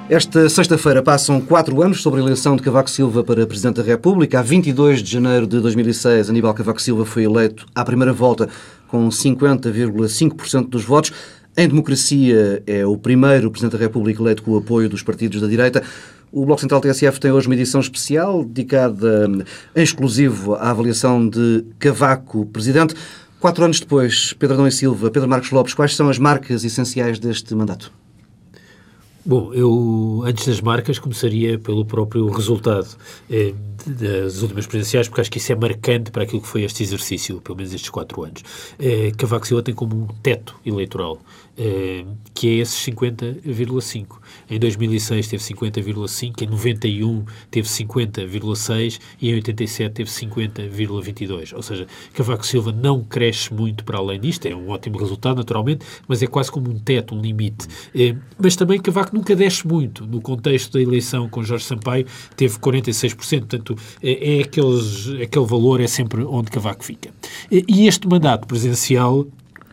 Esta sexta-feira passam 4 anos sobre a eleição de Cavaco Silva para Presidente da República. A 22 de janeiro de 2006, Aníbal Cavaco Silva foi eleito à primeira volta com 50,5% dos votos. Em democracia, é o primeiro Presidente da República eleito com o apoio dos partidos da direita. O Bloco Central TSF tem hoje uma edição especial dedicada em exclusivo à avaliação de Cavaco Presidente. 4 anos depois, Pedro Adão e Silva, Pedro Marcos Lopes, quais são as marcas essenciais deste mandato? Bom, eu, antes das marcas, começaria pelo próprio resultado das últimas presidenciais, porque acho que isso é marcante para aquilo que foi este exercício, pelo menos estes 4 anos. Cavaco Silva tem como um teto eleitoral, que é esses 50,5. Em 2006 teve 50,5, em 91 teve 50,6 e em 87 teve 50,22. Ou seja, Cavaco Silva não cresce muito para além disto, é um ótimo resultado, naturalmente, mas é quase como um teto, um limite. Mas também Cavaco nunca desce muito. No contexto da eleição com Jorge Sampaio, teve 46%, portanto, aquele valor é sempre onde Cavaco fica. E este mandato presidencial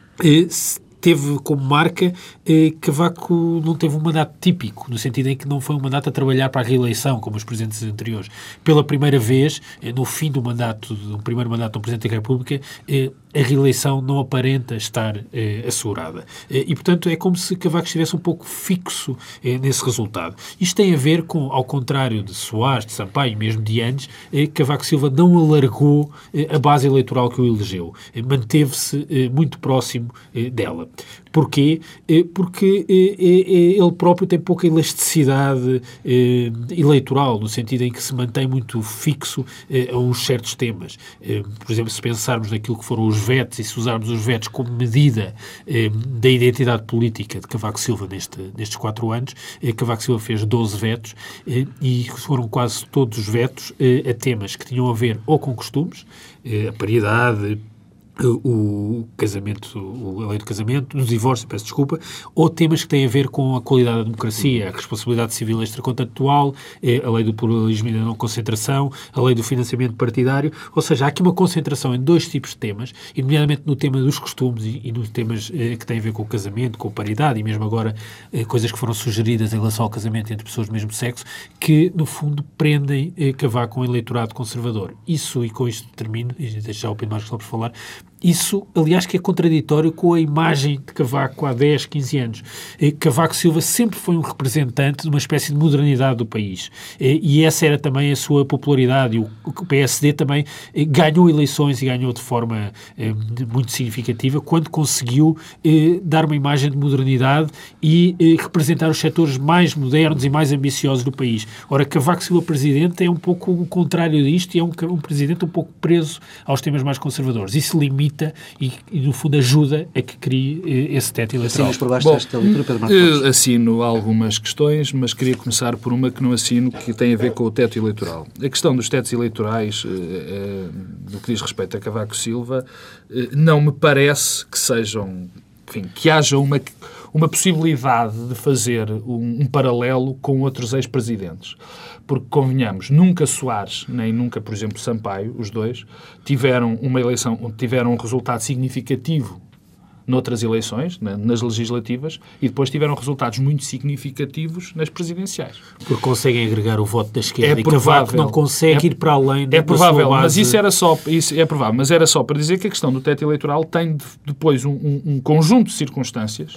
teve como marca Cavaco não teve um mandato típico, no sentido em que não foi um mandato a trabalhar para a reeleição, como os presidentes anteriores. Pela primeira vez, no fim do primeiro mandato do Presidente da República, a reeleição não aparenta estar assegurada. E, portanto, é como se Cavaco estivesse um pouco fixo nesse resultado. Isto tem a ver com, ao contrário de Soares, de Sampaio e mesmo de antes, Cavaco Silva não alargou a base eleitoral que o elegeu. Manteve-se muito próximo dela. Porquê? Porque ele próprio tem pouca elasticidade eleitoral, no sentido em que se mantém muito fixo a uns certos temas. Por exemplo, se pensarmos naquilo que foram os vetos e se usarmos os vetos como medida da identidade política de Cavaco Silva nestes 4 anos, Cavaco Silva fez 12 vetos e foram quase todos os vetos a temas que tinham a ver ou com costumes, a paridade, o casamento, a lei do casamento, do divórcio, peço desculpa, ou temas que têm a ver com a qualidade da democracia, a responsabilidade civil extracontratual, a lei do pluralismo e da não concentração, a lei do financiamento partidário. Ou seja, há aqui uma concentração em 2 tipos de temas, nomeadamente no tema dos costumes e nos temas que têm a ver com o casamento, com a paridade e mesmo agora coisas que foram sugeridas em relação ao casamento entre pessoas do mesmo sexo, que no fundo prendem Cavaco com o eleitorado conservador. Isso, e com isto termino, e deixar o Pedro Marcos Lopes falar, isso, aliás, que é contraditório com a imagem de Cavaco há 10, 15 anos. Cavaco Silva sempre foi um representante de uma espécie de modernidade do país. E essa era também a sua popularidade. O PSD também ganhou eleições e ganhou de forma muito significativa quando conseguiu dar uma imagem de modernidade e representar os setores mais modernos e mais ambiciosos do país. Ora, Cavaco Silva, presidente, é um pouco o contrário disto e é um presidente um pouco preso aos temas mais conservadores. Isso limita e, no fundo, ajuda a que crie esse teto eleitoral. Assinas por baixo desta leitura, Pedro Marcos Lopes? Assino algumas questões, mas queria começar por uma que não assino, que tem a ver com o teto eleitoral. A questão dos tetos eleitorais, no que diz respeito a Cavaco Silva, não me parece que sejam, enfim, que haja uma possibilidade de fazer um paralelo com outros ex-presidentes. Porque, convenhamos, nunca Soares, nem nunca, por exemplo, Sampaio, os dois, tiveram uma eleição, tiveram um resultado significativo noutras eleições, nas legislativas, e depois tiveram resultados muito significativos nas presidenciais. Porque conseguem agregar o voto da esquerda e Cavaco não consegue ir para além da provável, sua base. Mas isso é provável, mas era só para dizer que a questão do teto eleitoral tem depois um conjunto de circunstâncias,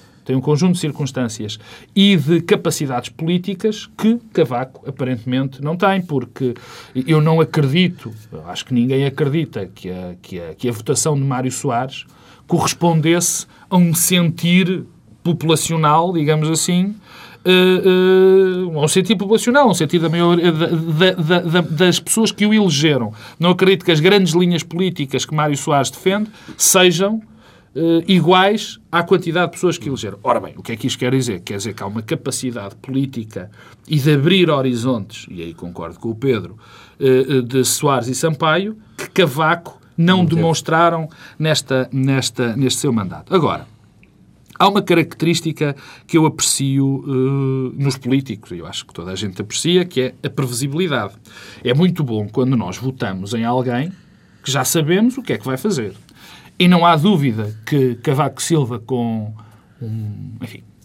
e de capacidades políticas que Cavaco aparentemente não tem, porque eu não acredito, acho que ninguém acredita que a votação de Mário Soares correspondesse a um sentir populacional, digamos assim, um sentido populacional, um sentido da maioria das pessoas que o elegeram. Não acredito que as grandes linhas políticas que Mário Soares defende sejam iguais à quantidade de pessoas que elegeram. Ora bem, o que é que isto quer dizer? Quer dizer que há uma capacidade política e de abrir horizontes, e aí concordo com o Pedro, de Soares e Sampaio, que Cavaco não demonstraram neste seu mandato. Agora, há uma característica que eu aprecio nos políticos, e eu acho que toda a gente aprecia, que é a previsibilidade. É muito bom quando nós votamos em alguém que já sabemos o que é que vai fazer. E não há dúvida que Cavaco Silva, com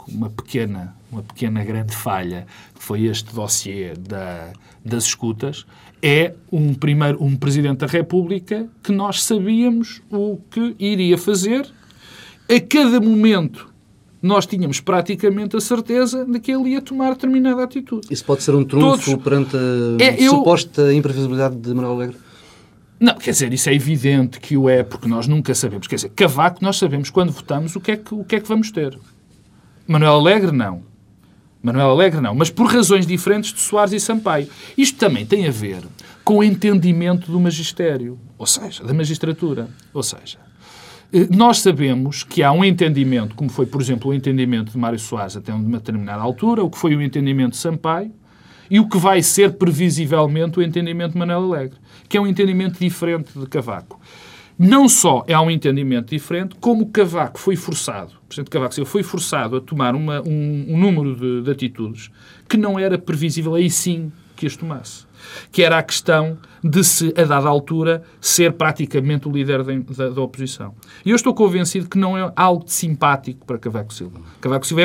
uma pequena grande falha, que foi este dossiê das escutas, é um Presidente da República que nós sabíamos o que iria fazer. A cada momento nós tínhamos praticamente a certeza de que ele ia tomar determinada atitude. Isso pode ser um trunfo perante a suposta imprevisibilidade de Manuel Alegre? Não, quer dizer, isso é evidente que o é, porque nós nunca sabemos. Quer dizer, Cavaco, nós sabemos quando votamos o que é que vamos ter. Manuel Alegre, não. Mas por razões diferentes de Soares e Sampaio. Isto também tem a ver com o entendimento do magistério, ou seja, da magistratura. Ou seja, nós sabemos que há um entendimento, como foi, por exemplo, o entendimento de Mário Soares até uma determinada altura, o que foi o entendimento de Sampaio, e o que vai ser, previsivelmente, o entendimento de Manuel Alegre, que é um entendimento diferente de Cavaco. Não só é um entendimento diferente, como Cavaco foi forçado, o Presidente Cavaco Silva foi forçado a tomar um número de atitudes que não era previsível, aí sim, que as tomasse. Que era a questão de se, a dada altura, ser praticamente o líder da oposição. E eu estou convencido que não é algo de simpático para Cavaco Silva. Cavaco Silva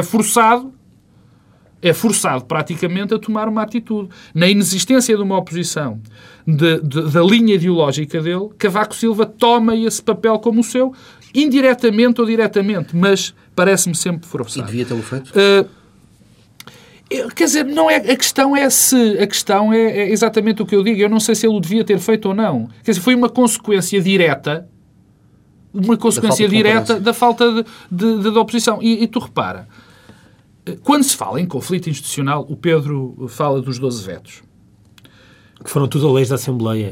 é forçado praticamente a tomar uma atitude. Na inexistência de uma oposição da linha ideológica dele, Cavaco Silva toma esse papel como o seu, indiretamente ou diretamente, mas parece-me sempre forçado. E devia tê-lo feito? Quer dizer, não é, a questão é exatamente o que eu digo. Eu não sei se ele o devia ter feito ou não. Quer dizer, foi uma consequência direta da falta de oposição. E tu repara, quando se fala em conflito institucional, o Pedro fala dos 12 vetos. Que foram tudo leis da Assembleia.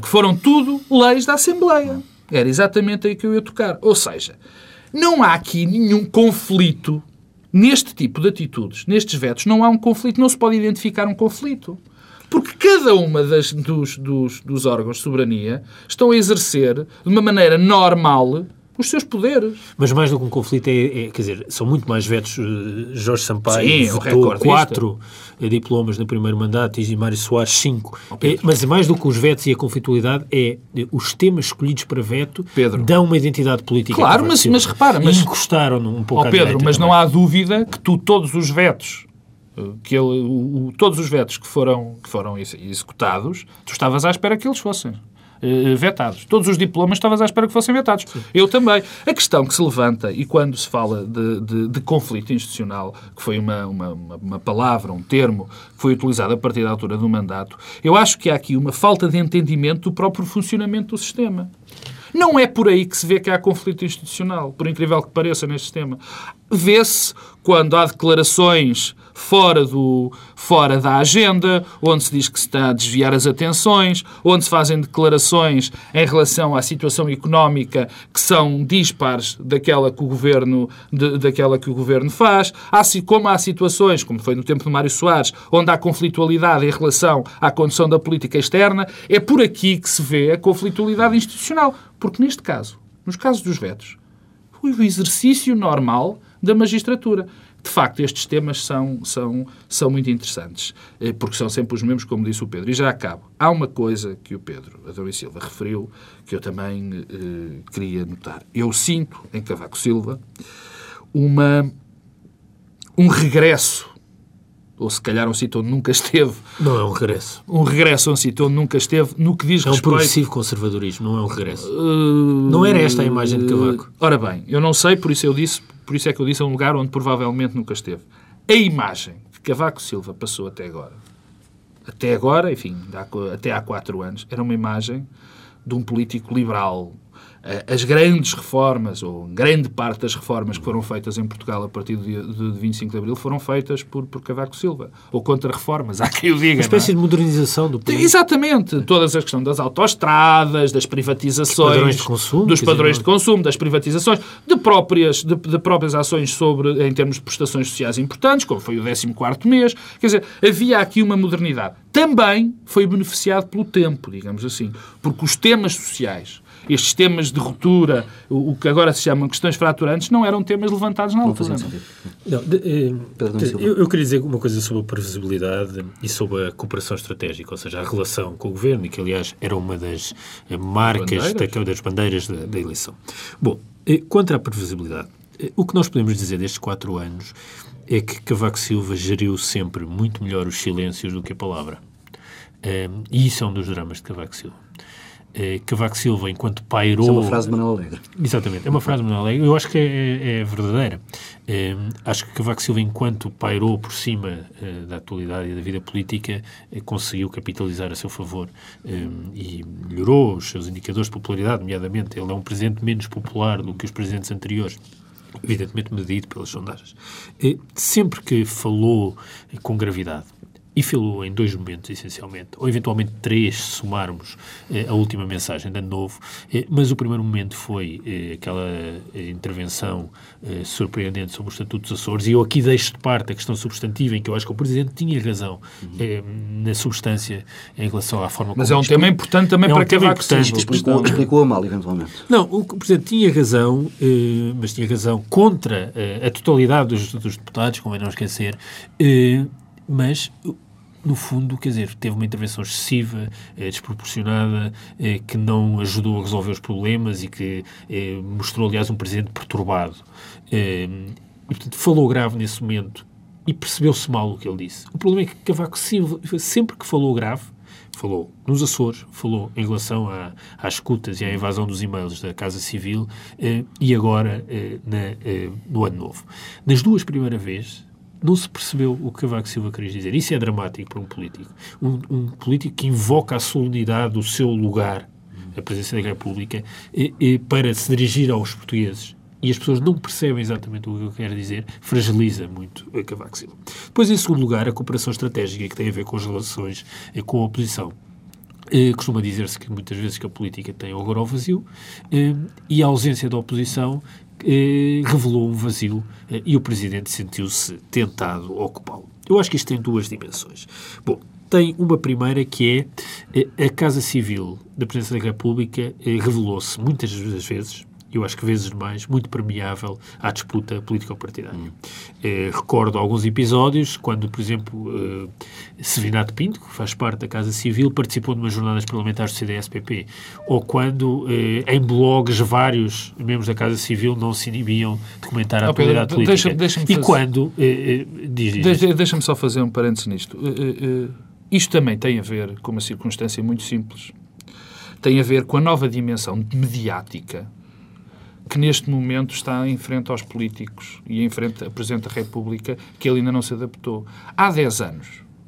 Era exatamente aí que eu ia tocar. Ou seja, não há aqui nenhum conflito neste tipo de atitudes, nestes vetos, não há um conflito, não se pode identificar um conflito. Porque cada uma dos órgãos de soberania estão a exercer de uma maneira normal os seus poderes. Mas mais do que um conflito, quer dizer, são muito mais vetos. Jorge Sampaio votou 4 diplomas no primeiro mandato e Mário Soares 5. Mas mais do que os vetos e a conflitualidade, os temas escolhidos para veto dão uma identidade política. Claro, mas repara... encostaram um pouco à direita. Mas também. Não há dúvida que todos os vetos que foram executados, tu estavas à espera que eles fossem vetados. Todos os diplomas estavas à espera que fossem vetados. Sim. Eu também. A questão que se levanta, e quando se fala de conflito institucional, que foi uma palavra, um termo, que foi utilizado a partir da altura do mandato, eu acho que há aqui uma falta de entendimento do próprio funcionamento do sistema. Não é por aí que se vê que há conflito institucional, por incrível que pareça neste sistema. Vê-se quando há declarações fora da agenda, onde se diz que se está a desviar as atenções, onde se fazem declarações em relação à situação económica que são dispares daquela que o governo faz. Como há situações, como foi no tempo de Mário Soares, onde há conflitualidade em relação à condução da política externa, é por aqui que se vê a conflitualidade institucional. Porque neste caso, nos casos dos vetos, foi o exercício normal da magistratura. De facto, estes temas são muito interessantes, porque são sempre os mesmos, como disse o Pedro. E já acabo. Há uma coisa que o Pedro Adão e Silva referiu, que eu também queria notar. Eu sinto, em Cavaco Silva, um regresso, ou se calhar um sítio onde nunca esteve. Não é um regresso. Um regresso a um sítio onde nunca esteve, no que diz respeito... É um progressivo conservadorismo, não é um regresso. Não era esta a imagem de Cavaco? Ora bem, eu não sei, por isso é que eu disse a um lugar onde provavelmente nunca esteve. A imagem que Cavaco Silva passou até agora, enfim, até há 4 anos, era uma imagem de um político liberal. As grandes reformas, ou grande parte das reformas que foram feitas em Portugal a partir de 25 de Abril foram feitas por Cavaco Silva. Ou contra-reformas, há quem o diga. Uma espécie de modernização do país. Exatamente. Todas as questões das autoestradas, das privatizações, dos padrões de consumo, das privatizações, de próprias ações em termos de prestações sociais importantes, como foi o 14º mês. Quer dizer, havia aqui uma modernidade. Também foi beneficiado pelo tempo, digamos assim, porque os temas sociais, estes temas de ruptura, o que agora se chamam questões fraturantes, não eram temas levantados na altura. Eu queria dizer uma coisa sobre a previsibilidade e sobre a cooperação estratégica, ou seja, a relação com o governo, e que, aliás, era uma das marcas, das bandeiras da eleição. Bom, quanto à previsibilidade, o que nós podemos dizer destes 4 anos é que Cavaco Silva geriu sempre muito melhor os silêncios do que a palavra. E isso é um dos dramas de Cavaco Silva. Cavaco Silva, enquanto pairou... Isso é uma frase de Manuel Alegre. Exatamente, é uma frase de Manuel Alegre. Eu acho que é verdadeira. Acho que Cavaco Silva, enquanto pairou por cima da atualidade e da vida política, conseguiu capitalizar a seu favor e melhorou os seus indicadores de popularidade, nomeadamente. Ele é um presidente menos popular do que os presidentes anteriores, evidentemente medido pelas sondagens. Sempre que falou com gravidade, e falou em 2 momentos, essencialmente, ou eventualmente 3, se somarmos a última mensagem de Ano Novo, mas o primeiro momento foi aquela intervenção surpreendente sobre o Estatuto dos Açores, e eu aqui deixo de parte a questão substantiva, em que eu acho que o Presidente tinha razão na substância em relação à forma como... Mas é um tema importante também para Cavaco Silva. Explicou-a mal, eventualmente. Não, o Presidente tinha razão, mas tinha razão contra a totalidade dos deputados, como é não esquecer, mas, no fundo, quer dizer, teve uma intervenção excessiva, desproporcionada, que não ajudou a resolver os problemas e que mostrou, aliás, um presidente perturbado. E, portanto, falou grave nesse momento e percebeu-se mal o que ele disse. O problema é que Cavaco Silva, sempre que falou grave, falou nos Açores, falou em relação às escutas e à invasão dos e-mails da Casa Civil e agora no Ano Novo. Nas 2 primeiras vezes, não se percebeu o que Cavaco Silva queria dizer. Isso é dramático para um político. Um político que invoca a solenidade do seu lugar, a presidência da República, para se dirigir aos portugueses. E as pessoas não percebem exatamente o que eu quero dizer, fragiliza muito a Cavaco Silva. Depois, em segundo lugar, a cooperação estratégica, que tem a ver com as relações com a oposição. Costuma dizer-se que muitas vezes que a política tem horror ao vazio e a ausência da oposição revelou um vazio e o Presidente sentiu-se tentado a ocupá-lo. Eu acho que isto tem 2 dimensões. Bom, tem uma primeira que é a Casa Civil da Presidência da República revelou-se muitas das vezes, eu acho que vezes demais, muito permeável à disputa político-partidária. Recordo alguns episódios, quando, por exemplo, Sevinato Pinto, que faz parte da Casa Civil, participou de umas jornadas parlamentares do CDS-PP, ou quando, em blogs, vários membros da Casa Civil não se inibiam de comentar a atualidade política. Deixa-me quando... Deixa-me só fazer um parênteses nisto. Isto também tem a ver com uma circunstância muito simples. Tem a ver com a nova dimensão mediática que neste momento está em frente aos políticos e em frente ao Presidente da República, que ele ainda não se adaptou. Há 10 anos,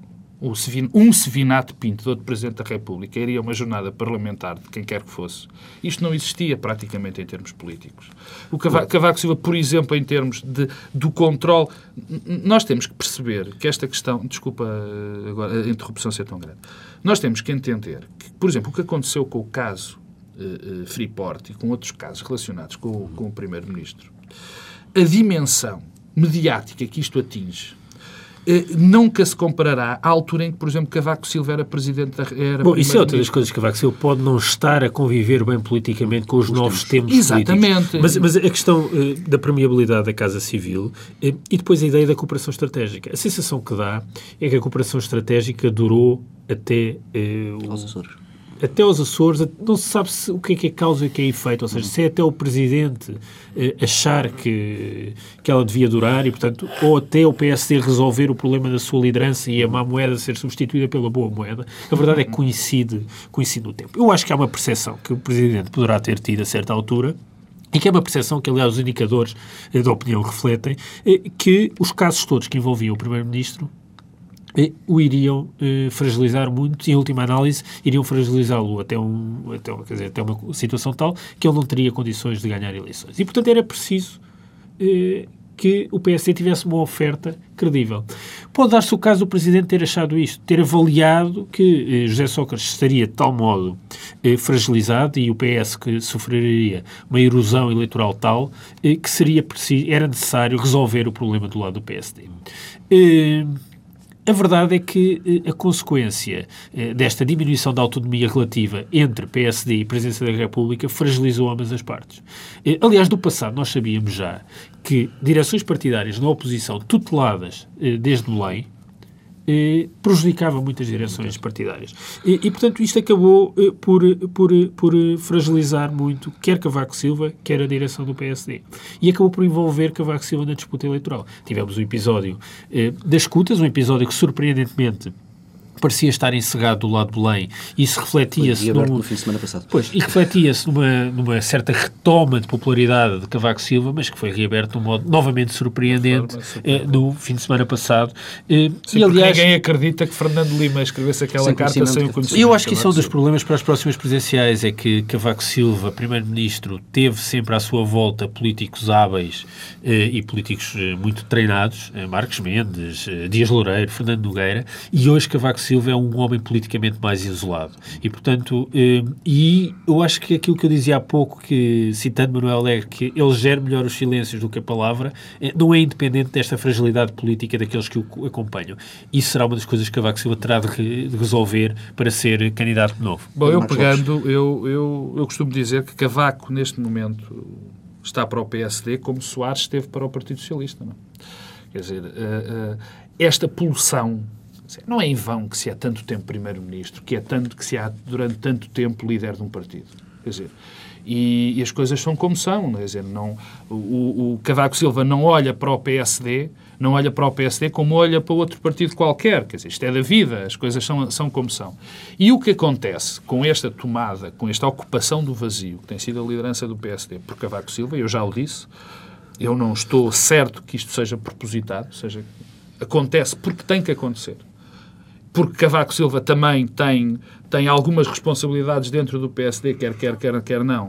um Sevinato Pinto, outro Presidente da República, iria a uma jornada parlamentar de quem quer que fosse. Isto não existia praticamente em termos políticos. O Cavaco Silva, por exemplo, em termos do controle, nós temos que perceber que esta questão, desculpa agora a interrupção ser tão grande, nós temos que entender que, por exemplo, o que aconteceu com o caso Freeport e com outros casos relacionados com o Primeiro-Ministro, a dimensão mediática que isto atinge nunca se comparará à altura em que, por exemplo, Cavaco Silva era Presidente da... Bom, isso é outra das coisas que Cavaco Silva pode não estar a conviver bem politicamente com os novos tempos Exatamente. Políticos. Mas a questão da permeabilidade da Casa Civil e depois a ideia da cooperação estratégica. A sensação que dá é que a cooperação estratégica durou até... aos Açores. Até aos Açores, não se sabe o que é causa e o que é efeito, ou seja, se é até o Presidente achar que ela devia durar e, portanto, ou até o PSD resolver o problema da sua liderança e a má moeda ser substituída pela boa moeda. A verdade é que coincide no tempo. Eu acho que há uma percepção que o Presidente poderá ter tido a certa altura, e que é uma percepção que, aliás, os indicadores da opinião refletem, que os casos todos que envolviam o Primeiro-Ministro o iriam fragilizar muito e, em última análise, iriam fragilizá-lo até uma situação tal que ele não teria condições de ganhar eleições. E, portanto, era preciso que o PSD tivesse uma oferta credível. Pode dar-se o caso do Presidente ter achado isto, ter avaliado que José Sócrates estaria de tal modo fragilizado e o PS que sofreria uma erosão eleitoral tal que era necessário resolver o problema do lado do PSD. A verdade é que a consequência desta diminuição da autonomia relativa entre PSD e Presidência da República fragilizou ambas as partes. Aliás, do passado nós sabíamos já que direções partidárias na oposição tuteladas desde Belém prejudicava muitas direções partidárias. E portanto, isto acabou por fragilizar muito quer Cavaco Silva, quer a direção do PSD. E acabou por envolver Cavaco Silva na disputa eleitoral. Tivemos o episódio das escutas, um episódio que, surpreendentemente, parecia estar encerrado do lado de Belém, e isso refletia-se no fim de semana passado. Pois, e refletia-se numa certa retoma de popularidade de Cavaco Silva, mas que foi reaberto de um modo novamente surpreendente no fim de semana passado. Sim, e, aliás, ninguém acredita que Fernando Lima escrevesse aquela carta sem o conhecimento. Eu acho que isso é um dos problemas para as próximas presidenciais, é que Cavaco Silva, primeiro-ministro, teve sempre à sua volta políticos hábeis e políticos muito treinados, Marcos Mendes, Dias Loureiro, Fernando Nogueira, e hoje Cavaco Silva é um homem politicamente mais isolado. E, portanto, e eu acho que aquilo que eu dizia há pouco, que, citando Manuel Alegre, que ele gera melhor os silêncios do que a palavra, não é independente desta fragilidade política daqueles que o acompanham. Isso será uma das coisas que Cavaco Silva terá de resolver para ser candidato de novo. Bom, eu costumo dizer que Cavaco, neste momento, está para o PSD como Soares esteve para o Partido Socialista. Não? Quer dizer, esta pulsão. Não é em vão que se há tanto tempo primeiro-ministro, que se há durante tanto tempo líder de um partido. Quer dizer, e as coisas são como são. Quer dizer, o Cavaco Silva não olha para o PSD, como olha para outro partido qualquer. Quer dizer, isto é da vida, as coisas são como são. E o que acontece com esta tomada, com esta ocupação do vazio, que tem sido a liderança do PSD por Cavaco Silva, eu já o disse, eu não estou certo que isto seja propositado, ou seja, acontece porque tem que acontecer. Porque Cavaco Silva também tem algumas responsabilidades dentro do PSD, quer não,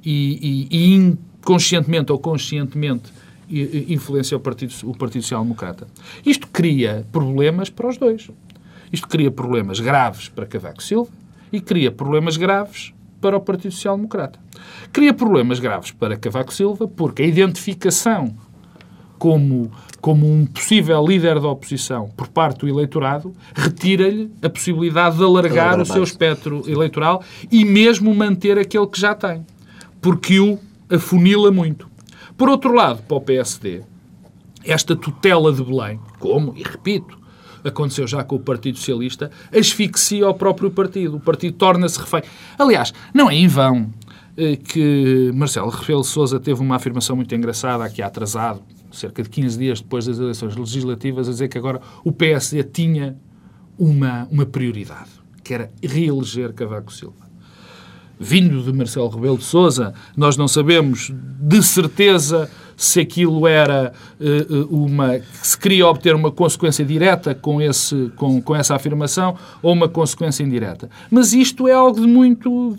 e inconscientemente ou conscientemente influencia o Partido Social Democrata. Isto cria problemas para os dois. Isto cria problemas graves para Cavaco Silva e cria problemas graves para o Partido Social Democrata. Cria problemas graves para Cavaco Silva porque a identificação como um possível líder da oposição por parte do eleitorado, retira-lhe a possibilidade de alargar o seu espectro eleitoral e mesmo manter aquele que já tem, porque o afunila muito. Por outro lado, para o PSD, esta tutela de Belém, como, e repito, aconteceu já com o Partido Socialista, asfixia o próprio partido. O partido torna-se refém. Aliás, não é em vão que Marcelo Rebelo de Sousa teve uma afirmação muito engraçada aqui atrasado, cerca de 15 dias depois das eleições legislativas, a dizer que agora o PSD tinha uma prioridade, que era reeleger Cavaco Silva. Vindo de Marcelo Rebelo de Sousa, nós não sabemos de certeza se aquilo era se queria obter uma consequência direta com essa afirmação ou uma consequência indireta. Mas isto é algo de muito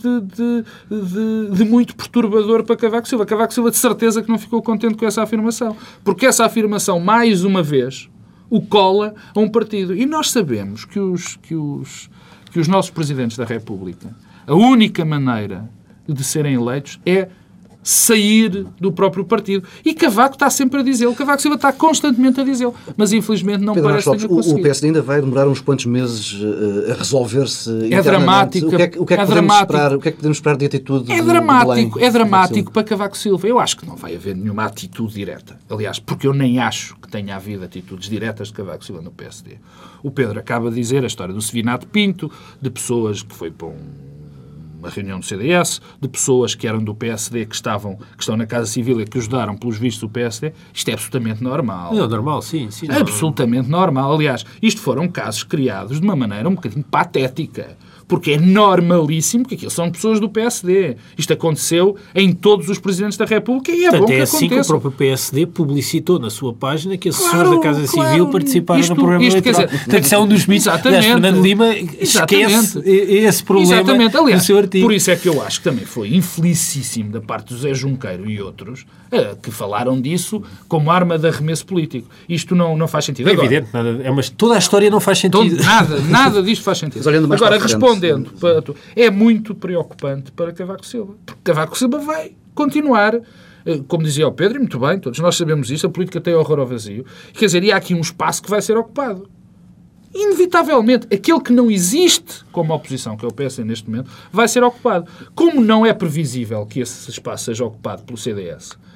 perturbador para Cavaco Silva. Cavaco Silva de certeza que não ficou contente com essa afirmação. Porque essa afirmação, mais uma vez, o cola a um partido. E nós sabemos que os nossos presidentes da República, a única maneira de serem eleitos é sair do próprio partido. E Cavaco está sempre a dizê-lo. Cavaco Silva está constantemente a dizê-lo. Mas, infelizmente, não parece que tenha conseguido. O PSD ainda vai demorar uns quantos meses a resolver-se. É dramático. O que é que podemos esperar? O que é que podemos esperar de atitude? É dramático para Cavaco Silva. Eu acho que não vai haver nenhuma atitude direta. Aliás, porque eu nem acho que tenha havido atitudes diretas de Cavaco Silva no PSD. O Pedro acaba de dizer a história do Sevinato Pinto, de pessoas que foi para uma reunião do CDS, de pessoas que eram do PSD, que estão na Casa Civil e que ajudaram pelos vistos do PSD. Isto é absolutamente normal. É normal, sim. Absolutamente normal. Aliás, isto foram casos criados de uma maneira um bocadinho patética. Porque é normalíssimo que aquilo são pessoas do PSD. Isto aconteceu em todos os presidentes da República e é bom que aconteça. Assim que o próprio PSD publicitou na sua página que assessores da Casa Civil participaram no programa eleitoral. Portanto, isso é um dos mitos. Exatamente. Fernando Lima esquece esse problema no seu artigo. Por isso é que eu acho que também foi infelicíssimo da parte do José Junqueiro e outros que falaram disso como arma de arremesso político. Isto não faz sentido. É evidente, mas toda a história não faz sentido. Nada disto faz sentido. Agora, respondendo, é muito preocupante para Cavaco Silva. Porque Cavaco Silva vai continuar, como dizia o Pedro, e muito bem, todos nós sabemos isso, a política tem horror ao vazio. Quer dizer, e há aqui um espaço que vai ser ocupado. Inevitavelmente, aquele que não existe como oposição, que é o PS neste momento, vai ser ocupado. Como não é previsível que esse espaço seja ocupado pelo CDS,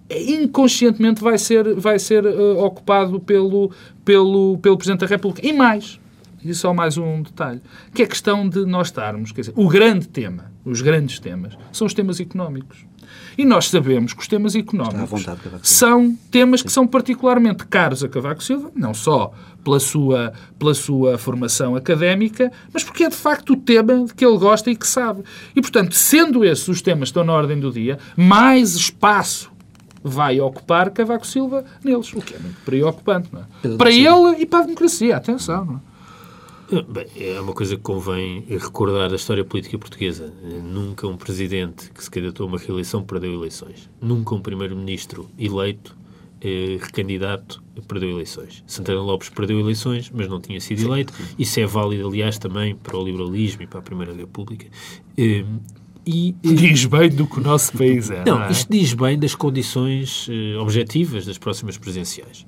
inconscientemente vai ser ocupado pelo Presidente da República. E mais, e só mais um detalhe, que é a questão de nós estarmos, quer dizer, o grande tema, os grandes temas, são os temas económicos. E nós sabemos que os temas económicos são temas que são particularmente caros a Cavaco Silva, não só pela sua formação académica, mas porque é de facto o tema que ele gosta e que sabe. E, portanto, sendo esses os temas que estão na ordem do dia, mais espaço vai ocupar Cavaco Silva neles, o que é muito preocupante, não é? Para ele e para a democracia, atenção, não é? Bem, é uma coisa que convém recordar da história política portuguesa. Nunca um presidente que se candidatou a uma reeleição perdeu eleições. Nunca um primeiro-ministro eleito, recandidato, perdeu eleições. Santana Lopes perdeu eleições, mas não tinha sido eleito. Isso é válido, aliás, também para o liberalismo e para a Primeira República. Diz bem do que o nosso país é. Não, isto diz bem das condições objetivas das próximas presidenciais.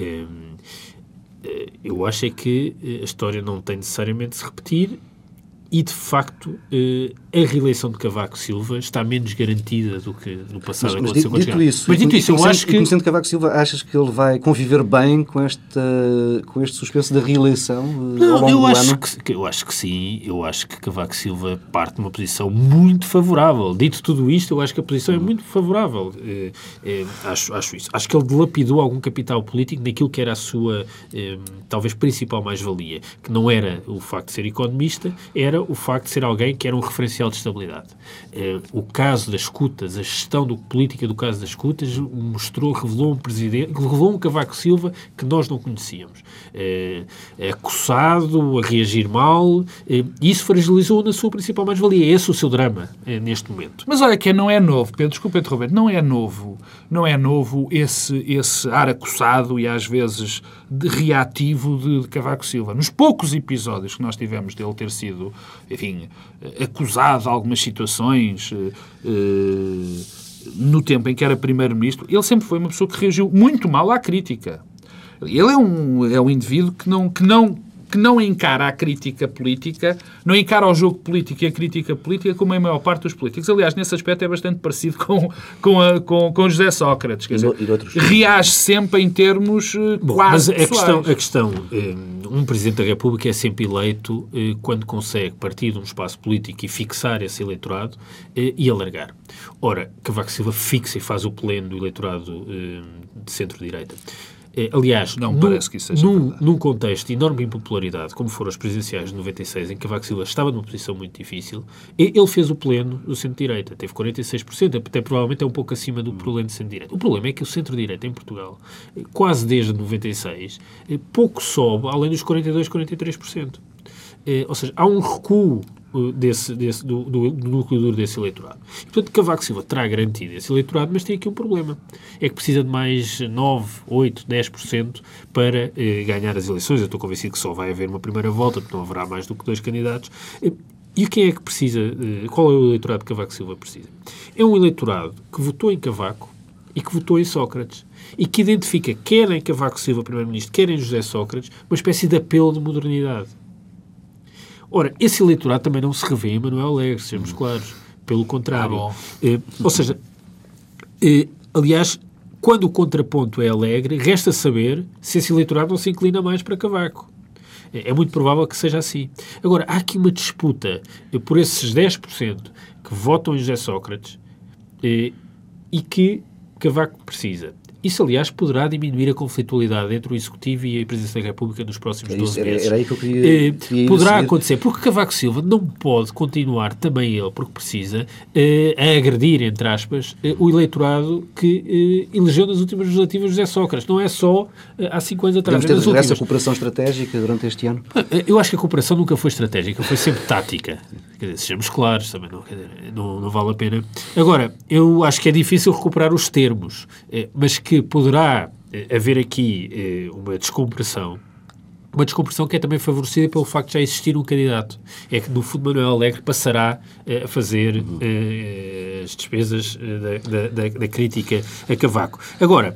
Eu acho é que a história não tem necessariamente de se repetir e, de facto, a reeleição de Cavaco Silva está menos garantida do que no passado aconteceu com dito isso, eu acho que... Conhecendo Cavaco Silva, achas que ele vai conviver bem com este suspenso da reeleição ao longo do ano? Eu acho que sim. Eu acho que Cavaco Silva parte de uma posição muito favorável. Dito tudo isto, eu acho que a posição é muito favorável. Acho isso. Acho que ele dilapidou algum capital político naquilo que era a sua, talvez, principal mais-valia, que não era o facto de ser economista, era o facto de ser alguém que era um referencial de estabilidade. O caso das escutas, a gestão política do caso das escutas revelou um Cavaco Silva que nós não conhecíamos. Acossado, a reagir mal, e isso fragilizou na sua principal mais-valia. Esse é o seu drama neste momento. Mas olha que não é novo, Pedro, desculpa interromper, não é novo esse ar acossado e às vezes reativo de Cavaco Silva. Nos poucos episódios que nós tivemos dele ter sido, enfim, acusado de algumas situações no tempo em que era Primeiro-Ministro, ele sempre foi uma pessoa que reagiu muito mal à crítica. Ele é um indivíduo que não encara a crítica política, não encara o jogo político e a crítica política como a maior parte dos políticos. Aliás, nesse aspecto é bastante parecido com José Sócrates. Quer dizer, reage sempre em termos quase mas a questão, um Presidente da República é sempre eleito quando consegue partir de um espaço político e fixar esse eleitorado e alargar. Ora, Cavaco Silva fixa e faz o pleno do eleitorado de centro-direita. Aliás, parece que isso seja num contexto de enorme impopularidade, como foram as presidenciais de 96, em que Cavaco Silva estava numa posição muito difícil, ele fez o pleno do centro-direita. Teve 46%, até provavelmente é um pouco acima do pleno do centro-direita. O problema é que o centro-direita em Portugal, quase desde 96, pouco sobe, além dos 42%, 43%. Ou seja, há um recuo do núcleo duro desse eleitorado. E, portanto, Cavaco Silva terá garantido esse eleitorado, mas tem aqui um problema. É que precisa de mais 9, 8, 10% para ganhar as eleições. Eu estou convencido que só vai haver uma primeira volta, porque não haverá mais do que 2 candidatos. E quem é que precisa? Qual é o eleitorado que Cavaco Silva precisa? É um eleitorado que votou em Cavaco e que votou em Sócrates. E que identifica, quer em Cavaco Silva, Primeiro-Ministro, quer em José Sócrates, uma espécie de apelo de modernidade. Ora, esse eleitorado também não se revê em Manuel Alegre, sejamos claros. Pelo contrário. Ou seja, aliás, quando o contraponto é Alegre, resta saber se esse eleitorado não se inclina mais para Cavaco. É muito provável que seja assim. Agora, há aqui uma disputa por esses 10% que votam em José Sócrates e que Cavaco precisa. Isso, aliás, poderá diminuir a conflitualidade entre o Executivo e a Presidência da República nos próximos 12 meses. Era aí que eu queria poderá acontecer, porque Cavaco Silva não pode continuar, também ele, porque precisa, a agredir, entre aspas, o eleitorado que elegeu nas últimas legislativas José Sócrates. Não é só há 5 anos atrás. Vamos ter essa cooperação estratégica durante este ano? Eu acho que a cooperação nunca foi estratégica, foi sempre tática. Quer dizer, sejamos claros, também não vale a pena. Agora, eu acho que é difícil recuperar os termos, mas que poderá haver aqui uma descompressão que é também favorecida pelo facto de já existir um candidato. É que, no fundo, Manuel Alegre passará a fazer as despesas da crítica a Cavaco. Agora,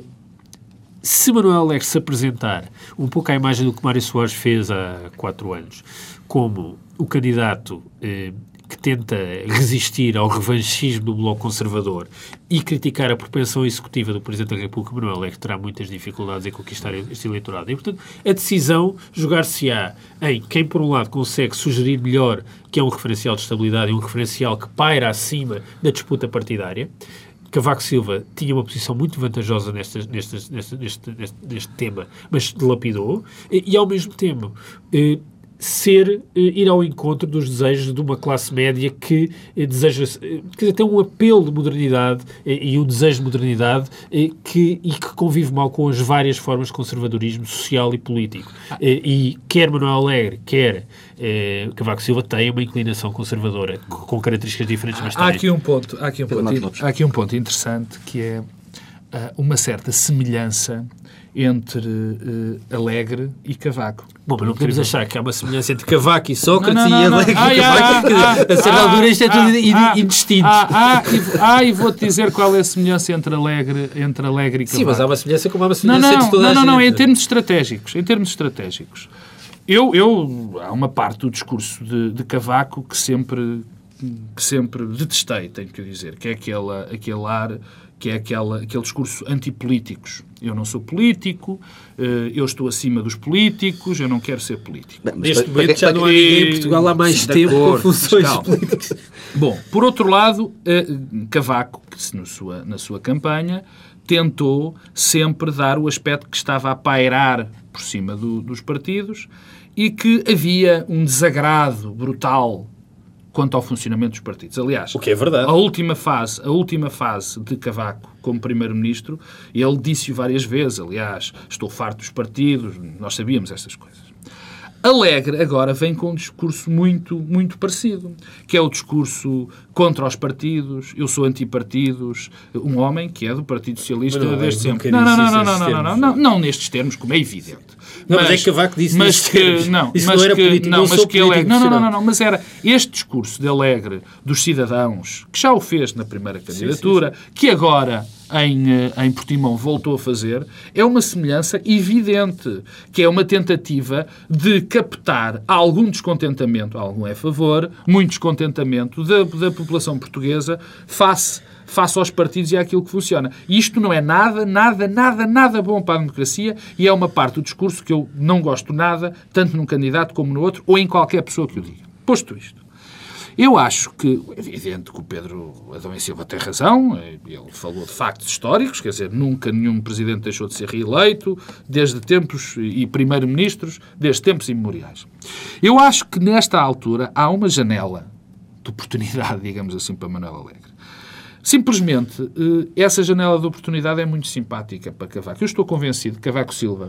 se Manuel Alegre se apresentar um pouco à imagem do que Mário Soares fez há 4 anos, como o candidato que tenta resistir ao revanchismo do Bloco Conservador e criticar a propensão executiva do Presidente da República, Manuel Alegre terá muitas dificuldades em conquistar este eleitorado. E, portanto, a decisão jogar-se-á em quem, por um lado, consegue sugerir melhor que é um referencial de estabilidade e um referencial que paira acima da disputa partidária. Cavaco Silva tinha uma posição muito vantajosa neste tema, mas dilapidou, e ao mesmo tempo ir ao encontro dos desejos de uma classe média que deseja, quer dizer, tem um apelo de modernidade e um desejo de modernidade que convive mal com as várias formas de conservadorismo social e político. E quer Manuel Alegre, quer Cavaco Silva têm uma inclinação conservadora com características diferentes, mas há aqui um ponto interessante, que é uma certa semelhança entre Alegre e Cavaco. Bom, mas não podemos achar que há uma semelhança entre Cavaco e Sócrates e Alegre e Cavaco. A certa altura isto é tudo indistinto. E vou-te dizer qual é a semelhança entre Alegre e Cavaco. Sim, mas há uma semelhança como há uma semelhança entre toda a gente. Não, em termos estratégicos. Há uma parte do discurso de Cavaco que sempre detestei, tenho que dizer, que é aquele ar, que é aquele discurso antipolíticos. Eu não sou político, eu estou acima dos políticos, eu não quero ser político. Neste momento já não há ninguém em Portugal há mais tempo com funções políticas. Bom, por outro lado, Cavaco, que na sua campanha, tentou sempre dar o aspecto que estava a pairar por cima dos partidos e que havia um desagrado brutal quanto ao funcionamento dos partidos. Aliás, o que é verdade. A última fase de Cavaco como Primeiro-Ministro, ele disse-o várias vezes, aliás, estou farto dos partidos, nós sabíamos estas coisas. Alegre agora vem com um discurso muito, muito parecido, que é o discurso contra os partidos, eu sou antipartidos, um homem que é do Partido Socialista desde sempre. Não nestes termos, como é evidente. Mas é que Cavaco disse nestes termos. Isso não era político, não sou político. Mas era este discurso de Alegre dos cidadãos, que já o fez na primeira candidatura, que agora em Portimão voltou a fazer, é uma semelhança evidente, que é uma tentativa de captar algum descontentamento, algum é a favor, muito descontentamento da população portuguesa face aos partidos e àquilo que funciona. E isto não é nada bom para a democracia e é uma parte do discurso que eu não gosto nada, tanto num candidato como no outro, ou em qualquer pessoa que o diga. Posto isto, eu acho que é evidente que o Pedro Adão e Silva tem razão, ele falou de factos históricos, quer dizer, nunca nenhum presidente deixou de ser reeleito, desde tempos, e primeiro-ministros, desde tempos imemoriais. Eu acho que nesta altura há uma janela de oportunidade, digamos assim, para Manuel Alegre. Simplesmente, essa janela de oportunidade é muito simpática para Cavaco. Eu estou convencido que Cavaco Silva,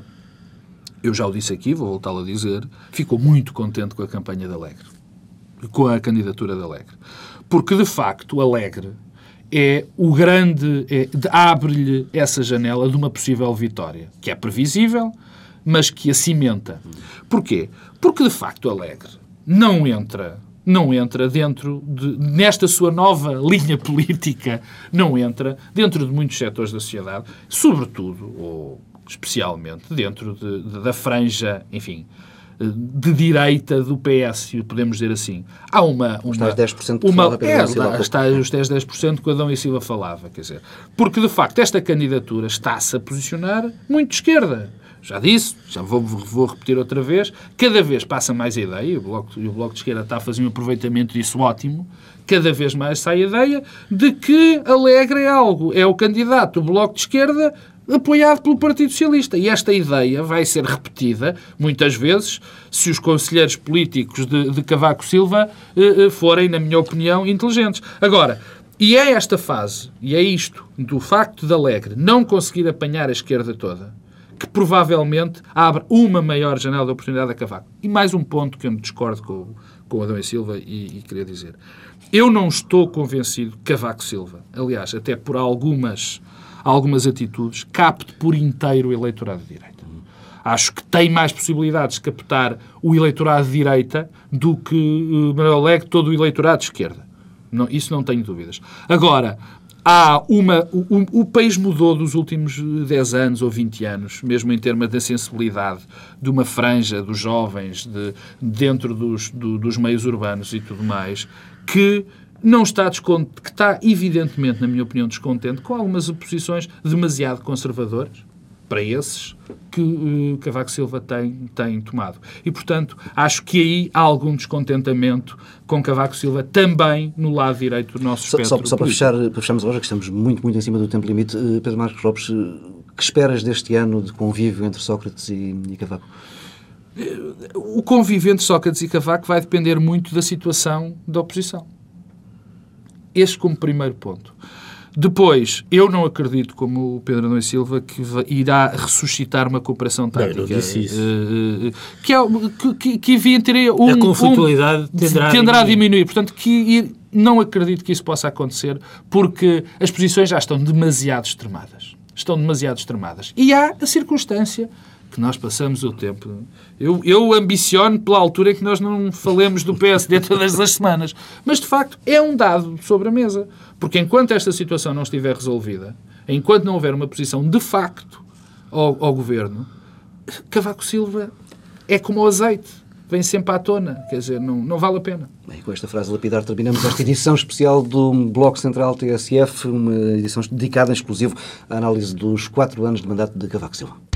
eu já o disse aqui, vou voltá-lo a dizer, ficou muito contente com a campanha de Alegre, com a candidatura de Alegre. Porque, de facto, Alegre é o grande... abre-lhe essa janela de uma possível vitória, que é previsível, mas que a cimenta. Porquê? Porque, de facto, Alegre não entra dentro nesta sua nova linha política, não entra dentro de muitos setores da sociedade, sobretudo, ou especialmente, dentro da franja, enfim, de direita do PS, podemos dizer assim. Há os tais 10% que falava Adão e Silva. Está os tais 10% que o Adão e Silva falava, quer dizer. Porque, de facto, esta candidatura está-se a posicionar muito de esquerda. Já disse, já vou repetir outra vez, cada vez passa mais a ideia, e o Bloco de Esquerda está a fazer um aproveitamento disso ótimo, cada vez mais sai a ideia de que Alegre é o candidato do Bloco de Esquerda apoiado pelo Partido Socialista. E esta ideia vai ser repetida, muitas vezes, se os conselheiros políticos de Cavaco Silva forem, na minha opinião, inteligentes. Agora, e é esta fase, e é isto, do facto de Alegre não conseguir apanhar a esquerda toda, que provavelmente abre uma maior janela de oportunidade a Cavaco. E mais um ponto que eu discordo com o Adão e Silva e queria dizer. Eu não estou convencido que Cavaco Silva, aliás, até por algumas atitudes, capte por inteiro o eleitorado de direita. Acho que tem mais possibilidades de captar o eleitorado de direita do que Manuel Alegre, todo o eleitorado de esquerda. Não, isso não tenho dúvidas. Agora, O país mudou dos últimos 10 anos ou 20 anos, mesmo em termos da sensibilidade de uma franja dos jovens dentro dos meios urbanos e tudo mais, que não está que está evidentemente, na minha opinião, descontente com algumas posições demasiado conservadoras para esses que Cavaco Silva tem tomado. E, portanto, acho que aí há algum descontentamento com Cavaco Silva também no lado direito do nosso espectro. Só para fecharmos agora, que estamos muito em cima do tempo limite, Pedro Marcos Lopes, que esperas deste ano de convívio entre Sócrates e Cavaco? O convívio entre Sócrates e Cavaco vai depender muito da situação da oposição. Este como primeiro ponto. Depois, eu não acredito, como o Pedro Adão e Silva, que irá ressuscitar uma cooperação tática. Não disse isso. Que teria a conflitualidade tenderá a diminuir. Portanto, não acredito que isso possa acontecer, porque as posições já estão demasiado extremadas. E há a circunstância que nós passamos o tempo. Eu ambiciono pela altura em que nós não falemos do PSD todas as semanas. Mas, de facto, é um dado sobre a mesa. Porque enquanto esta situação não estiver resolvida, enquanto não houver uma posição de facto ao governo, Cavaco Silva é como o azeite. Vem sempre à tona. Quer dizer, não vale a pena. Bem, com esta frase lapidar terminamos esta edição especial do Bloco Central TSF, uma edição dedicada em exclusivo à análise dos 4 anos de mandato de Cavaco Silva.